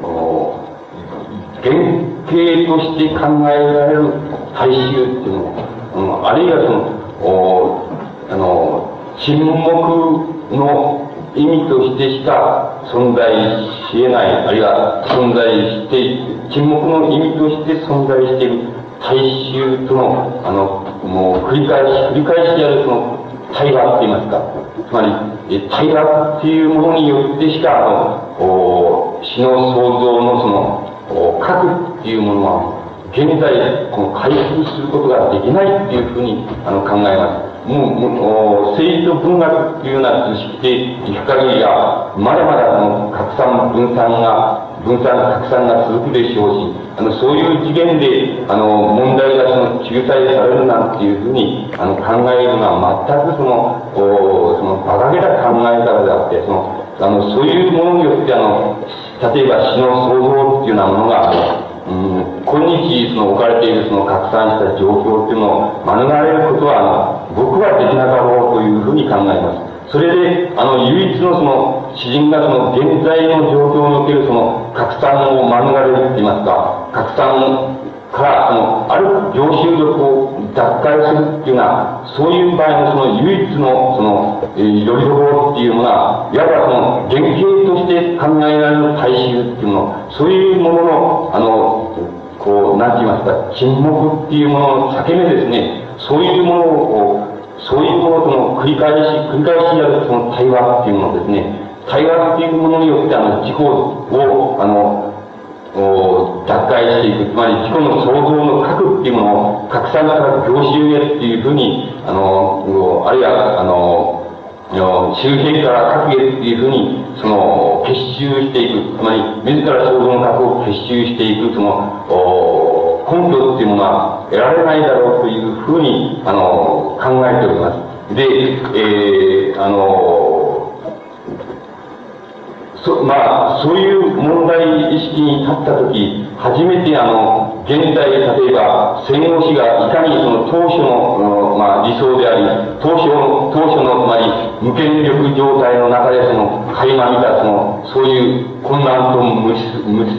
この、原型として考えられる大衆っていうのを、うん、あるいはその、おあの、沈黙の意味としてしか存在し得ない、あるいは存在して、沈黙の意味として存在している大衆との、あの、もう繰り返し、繰り返しやるその対話って言いますか。つまり、対話っていうものによってしか、あの、詩の創造のその、核っていうものは、現在、この回復することができないっていうふうに、あの、考えます。もう、もう政治と文学っていうような図式でいく限りは、まだまだその拡散、分散が、分散、拡散が続くでしょうし、あの、そういう次元で、あの、問題がその、救済されるなんていうふうに、あの、考えるのは全くその、おその、馬鹿げた考え方であって、その、あの、そういうものによって、あの、例えば詩の創造っていうようなものが、うん、今日、その置かれているその拡散した状況っていうのを免れることは、あの、僕はできなかろうというふうに考えます。それで、あの、唯一のその、詩人がその、現在の状況におけるその、拡散を免れるって言いますか、拡散から、その、ある常習力を脱会するっていうような、そういう場合のその、唯一の、その、えー、よりどころっていうものは、いわばその、原型として考えられる大衆っていうもの、そういうものの、あの、こう、なんて言いますか、沈黙っていうものの裂け目ですね、そういうものを、そういうものとの繰り返し、繰り返しやるその対話っていうものですね、対話っていうものによって、あの、自己を、あの、脱会していく、つまり自己の創造の核っていうものを拡散から凝集へっていうふうに、あの、あるいは、あの、周辺から核へっていうふうに、その、結集していく、つまり自ら創造の核を結集していく、その、根拠っていうものは得られないだろうというふうに、あの、考えております。で、えー、あの、そ、まあ、そういう問題意識に立ったとき、初めてあの、現在、例えば、戦後史がいかにその当初の、まあ、理想であり、当初の、当初の、つまり、無権力状態の中でその、垣間見たその、そういう混乱と無無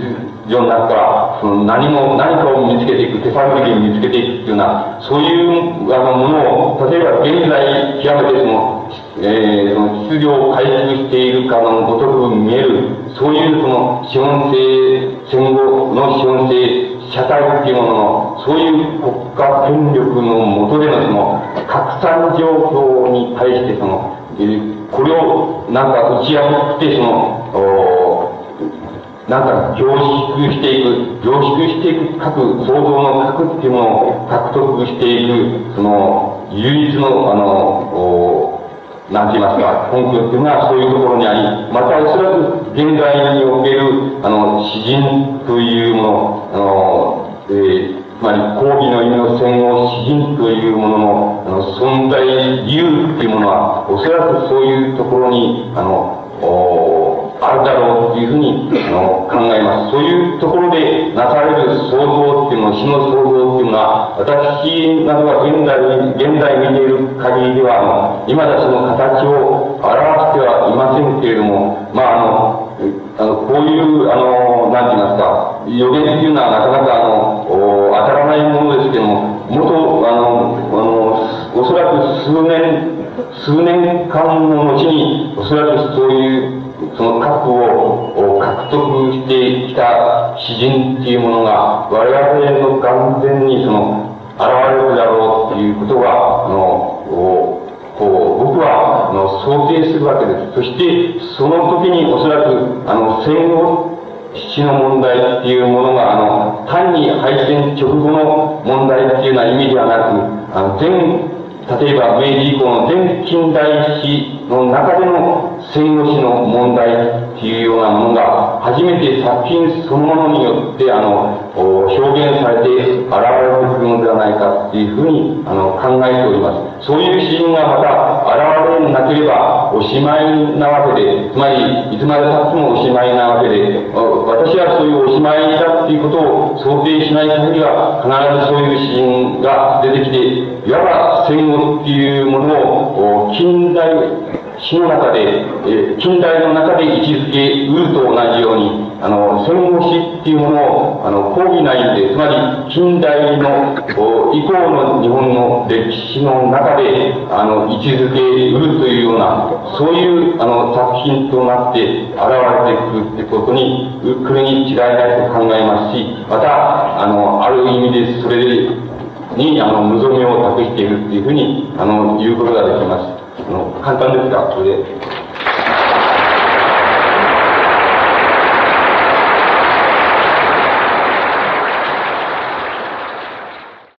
世の中から、その何も、何かを見つけていく、手探りに見つけていくっていうような、そういうあのものを、例えば現在極めてその、えー、その秩序を回復しているかのごとく見える、そういうその資本制、戦後の資本制社会っていうものの、そういう国家権力の下でのその拡散状況に対してその、えー、これをなんか打ち破ってその、なんか凝縮していく、凝縮していく各、創造の核っていうものを獲得していく、その、唯一の、あの、なんて言いますか、根拠っていうのはそういうところにあり、またおそらく現代における、あの、詩人というもの、あの、えー、つまり、講義の意味の戦後詩人というものの、あの、存在理由っていうものは、おそらくそういうところに、あの、あるだろうというふうにあの考えます。そういうところでなされる創造っていうの、詩の創造っていうのは、私などが現代に、現代見ている限りでは、あの、未だその形を表してはいませんけれども、まあ、あの、あの、こういう、あの、なんて言いますか、予言っていうのはなかなか、あの、当たらないものですけども、もっと、あの、あの、おそらく数年、数年間の後に、おそらくそういう、その核を獲得してきた詩人っていうものが、我々の眼前にその、現れるだろうっていうことが、あの、こう、僕は、あの、想定するわけです。そして、その時におそらく、あの、戦後、死の問題っていうものが、あの、単に敗戦直後の問題っていうような意味ではなく、あの、全、例えば明治以降の全近代史の中での戦後史の問題っていうようなものが初めて作品そのものによってあの表現されて現れてくるのではないかっていうふうにあの考えております。そういう詩人がまた現れなければおしまいなわけで、つまりいつまで経ってもおしまいなわけで、私はそういうおしまいだっていうことを想定しない限りは必ずそういう詩人が出てきて、いわば戦後っていうものを近代史の中で、え近代の中で位置づけうると同じように、あの、戦後史っていうものを、あの、講義内で、つまり近代の以降の日本の歴史の中で、あの、位置づけうるというような、そういう、あの、作品となって現れてくるってことに、来るに違いないと考えますし、また、あの、ある意味でそれに、あの、望みを託しているっていうふうに、あの、言うことができます。あの、簡単ですが、それで。